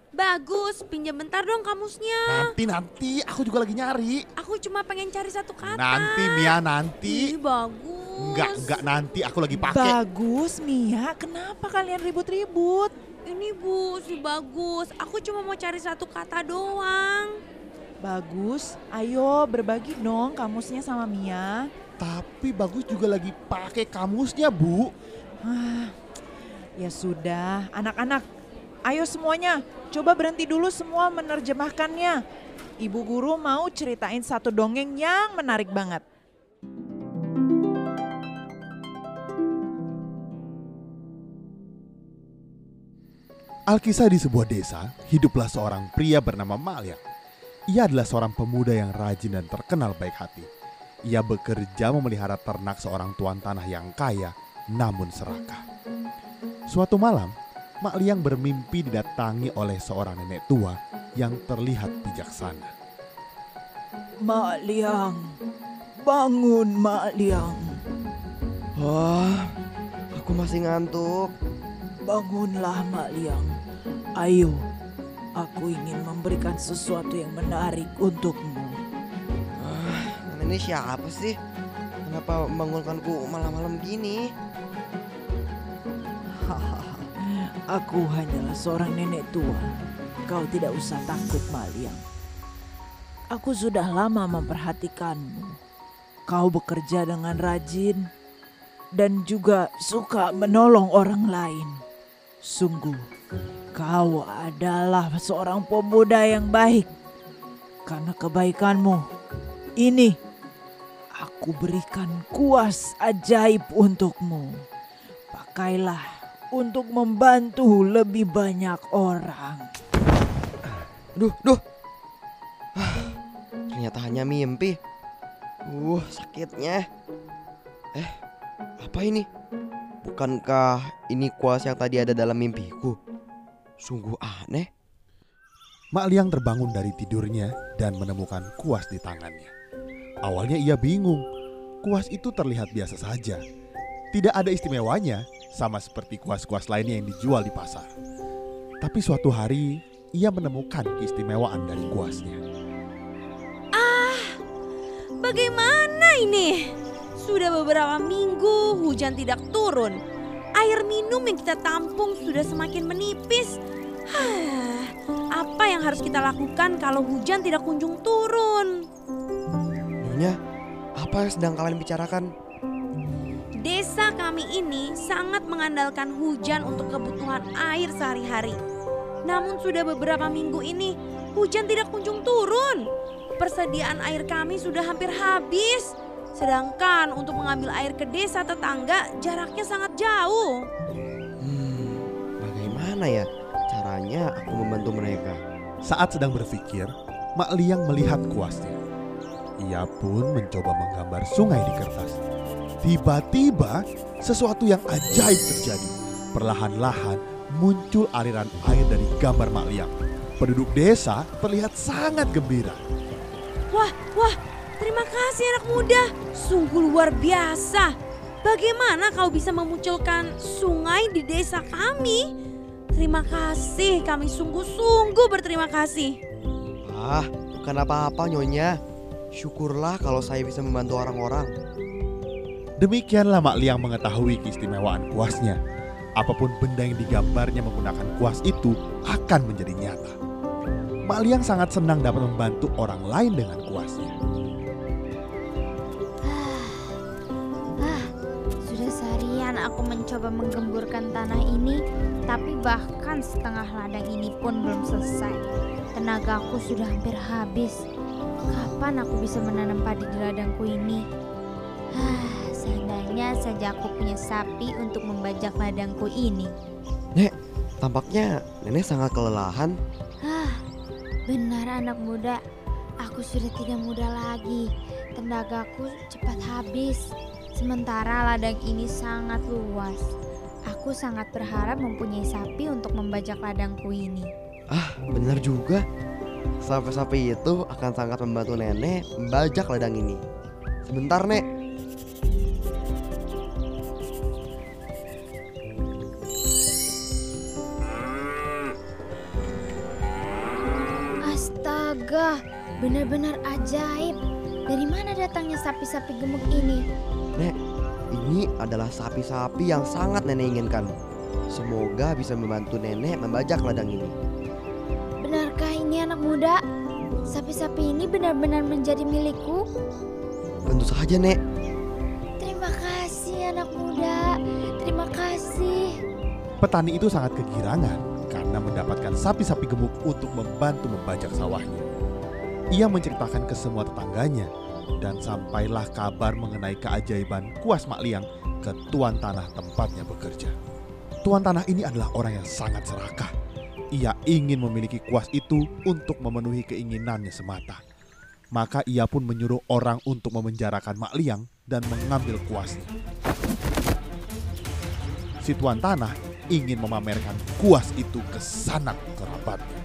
Bagus, pinjam bentar dong kamusnya. Nanti, aku juga lagi nyari. Aku cuma pengen cari satu kata. Nanti Mia, nanti. Ih, bagus. Enggak nanti, aku lagi pakai. Bagus Mia, kenapa kalian ribut-ribut? Ini Bu, si Bagus. Aku cuma mau cari satu kata doang. Bagus, ayo berbagi dong kamusnya sama Mia. Tapi Bagus juga lagi pakai kamusnya, Bu. Ya sudah, anak-anak, ayo semuanya, coba berhenti dulu semua menerjemahkannya. Ibu guru mau ceritain satu dongeng yang menarik banget. Alkisah di sebuah desa, hiduplah seorang pria bernama Malyang. Ia adalah seorang pemuda yang rajin dan terkenal baik hati. Ia bekerja memelihara ternak seorang tuan tanah yang kaya, namun serakah. Suatu malam, Malyang bermimpi didatangi oleh seorang nenek tua yang terlihat bijaksana. Malyang, bangun Malyang. Wah, aku masih ngantuk. Bangunlah Malyang. Ayo, aku ingin memberikan sesuatu yang menarik untukmu. Ini siapa sih? Kenapa membangunkanku malam-malam gini? Aku hanyalah seorang nenek tua. Kau tidak usah takut Malyang. Aku sudah lama memperhatikanmu. Kau bekerja dengan rajin dan juga suka menolong orang lain. Sungguh, kau adalah seorang pemuda yang baik. Karena kebaikanmu, ini aku berikan kuas ajaib untukmu. Pakailah untuk membantu lebih banyak orang. Duh. Ternyata hanya mimpi. Sakitnya. Apa ini? Bukankah ini kuas yang tadi ada dalam mimpiku? Sungguh aneh. Malyang terbangun dari tidurnya dan menemukan kuas di tangannya. Awalnya ia bingung. Kuas itu terlihat biasa saja. Tidak ada istimewanya, sama seperti kuas-kuas lainnya yang dijual di pasar. Tapi suatu hari, ia menemukan keistimewaan dari kuasnya. Bagaimana ini? Sudah beberapa minggu hujan tidak turun. Air minum yang kita tampung sudah semakin menipis. Apa yang harus kita lakukan kalau hujan tidak kunjung turun? Nyonya, apa yang sedang kalian bicarakan? Desa kami ini sangat mengandalkan hujan untuk kebutuhan air sehari-hari. Namun sudah beberapa minggu ini hujan tidak kunjung turun. Persediaan air kami sudah hampir habis. Sedangkan untuk mengambil air ke desa tetangga jaraknya sangat jauh. Bagaimana ya caranya aku membantu mereka? Saat sedang berpikir, Malyang melihat kuasnya. Ia pun mencoba menggambar sungai di kertas. Tiba-tiba sesuatu yang ajaib terjadi. Perlahan-lahan muncul aliran air dari gambar Malyang. Penduduk desa terlihat sangat gembira. Wah, terima kasih anak muda. Sungguh luar biasa. Bagaimana kau bisa memunculkan sungai di desa kami? Terima kasih, kami sungguh-sungguh berterima kasih. Bukan apa-apa Nyonya. Syukurlah kalau saya bisa membantu orang-orang. Demikianlah Malyang mengetahui keistimewaan kuasnya. Apapun benda yang digambarnya menggunakan kuas itu akan menjadi nyata. Malyang sangat senang dapat membantu orang lain dengan kuasnya. Sudah seharian aku mencoba menggemburkan tanah ini, tapi bahkan setengah ladang ini pun belum selesai. Tenagaku sudah hampir habis. Kapan aku bisa menanam padi di ladangku ini? Seandainya saja aku punya sapi untuk membajak ladangku ini. Nek, tampaknya nenek sangat kelelahan. Benar anak muda, aku sudah tidak muda lagi. Tenagaku cepat habis. Sementara ladang ini sangat luas. Aku sangat berharap mempunyai sapi untuk membajak ladangku ini. Benar juga. Sapi-sapi itu akan sangat membantu nenek membajak ladang ini. Sebentar, Nek. Astaga, benar-benar ajaib. Dari mana datangnya sapi-sapi gemuk ini? Nek, ini adalah sapi-sapi yang sangat nenek inginkan. Semoga bisa membantu nenek membajak ladang ini. Benarkah ini anak muda? Sapi-sapi ini benar-benar menjadi milikku? Tentu saja, Nek. Terima kasih anak muda. Terima kasih. Petani itu sangat kegirangan karena mendapatkan sapi-sapi gemuk untuk membantu membajak sawahnya. Ia menceritakan ke semua tetangganya dan sampailah kabar mengenai keajaiban kuas Mak Liang ke tuan tanah tempatnya bekerja. Tuan tanah ini adalah orang yang sangat serakah. Ia ingin memiliki kuas itu untuk memenuhi keinginannya semata. Maka ia pun menyuruh orang untuk memenjarakan Mak Liang dan mengambil kuasnya. Si tuan tanah ingin memamerkan kuas itu ke sanak kerabatnya.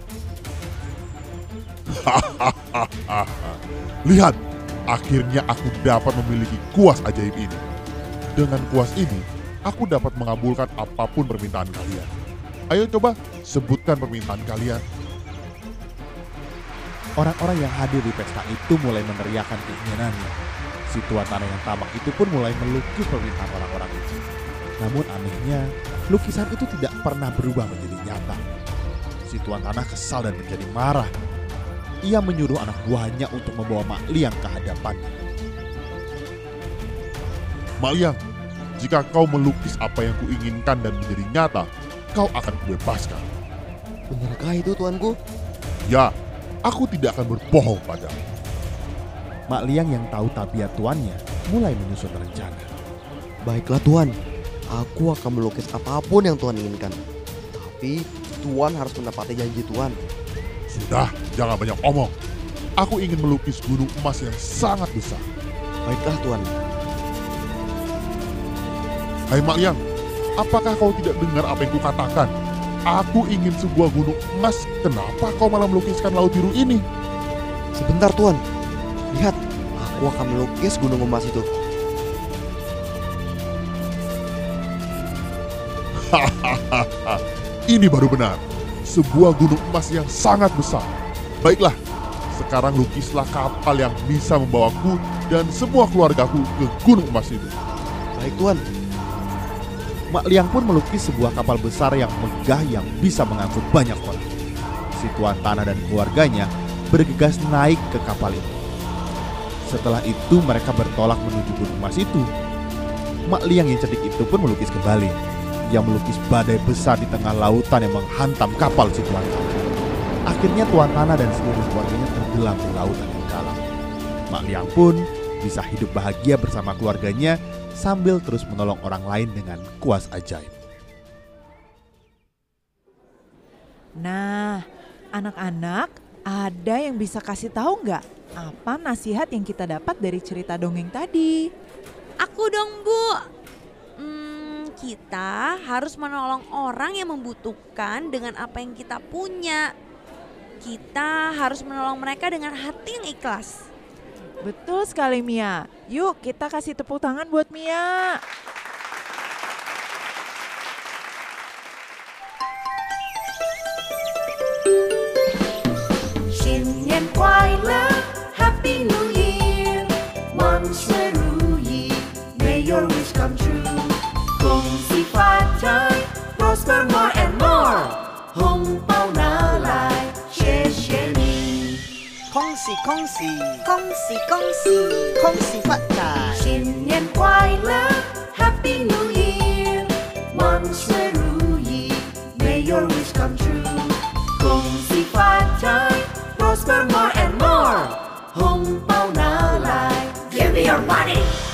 Lihat, akhirnya aku dapat memiliki kuas ajaib ini. Dengan kuas ini, aku dapat mengabulkan apapun permintaan kalian. Ayo coba sebutkan permintaan kalian. Orang-orang yang hadir di pesta itu mulai meneriakkan keinginannya. Si tuan tanah yang tamak itu pun mulai melukis permintaan orang-orang itu. Namun anehnya, lukisan itu tidak pernah berubah menjadi nyata. Si tuan tanah kesal dan menjadi marah. Ia menyuruh anak buahnya untuk membawa Mak Liang ke hadapannya. Mak Liang, jika kau melukis apa yang kuinginkan dan menjadi nyata, kau akan kubebaskan. Benarkah itu, tuanku? Ya, aku tidak akan berbohong padamu. Mak Liang yang tahu tabiat tuannya mulai menyusun rencana. Baiklah, Tuan. Aku akan melukis apapun yang Tuan inginkan. Tapi Tuan harus menepati janji Tuan. Sudah, jangan banyak omong. Aku ingin melukis gunung emas yang sangat besar. Baiklah, Tuan. Hai Mak Liang, apakah kau tidak dengar apa yang kukatakan? Aku ingin sebuah gunung emas. Kenapa kau malah melukiskan laut biru ini? Sebentar, Tuan. Lihat, aku akan melukis gunung emas itu. Ini baru benar. Sebuah gunung emas yang sangat besar. Baiklah, sekarang lukislah kapal yang bisa membawaku dan semua keluargaku ke gunung emas itu. Baik, Tuan. Mak Liang pun melukis sebuah kapal besar yang megah yang bisa mengangkut banyak orang. Si tuan tanah dan keluarganya bergegas naik ke kapal itu. Setelah itu mereka bertolak menuju gunung emas itu. Mak Liang yang cerdik itu pun melukis kembali. Ia melukis badai besar di tengah lautan yang menghantam kapal si tuan tanah. Akhirnya tuan tanah dan seluruh keluarganya tenggelam di lautan yang dalam. Mak Liang pun bisa hidup bahagia bersama keluarganya sambil terus menolong orang lain dengan kuas ajaib. Nah, anak-anak, ada yang bisa kasih tahu nggak apa nasihat yang kita dapat dari cerita dongeng tadi? Aku dong, Bu. Kita harus menolong orang yang membutuhkan dengan apa yang kita punya. Kita harus menolong mereka dengan hati yang ikhlas. Betul sekali, Mia. Yuk kita kasih tepuk tangan buat Mia. Happy New Year， 万事如意 ，May your wish come true。恭喜发财 ，Prosper more and more， 红包拿来，谢谢你。 恭喜恭喜恭喜恭喜恭喜发财！ 新年快乐 ，Happy New Year， 万事如意 ，May your wish come true。恭喜发财 ，Prosper more and more， 红包拿来，Give me your money。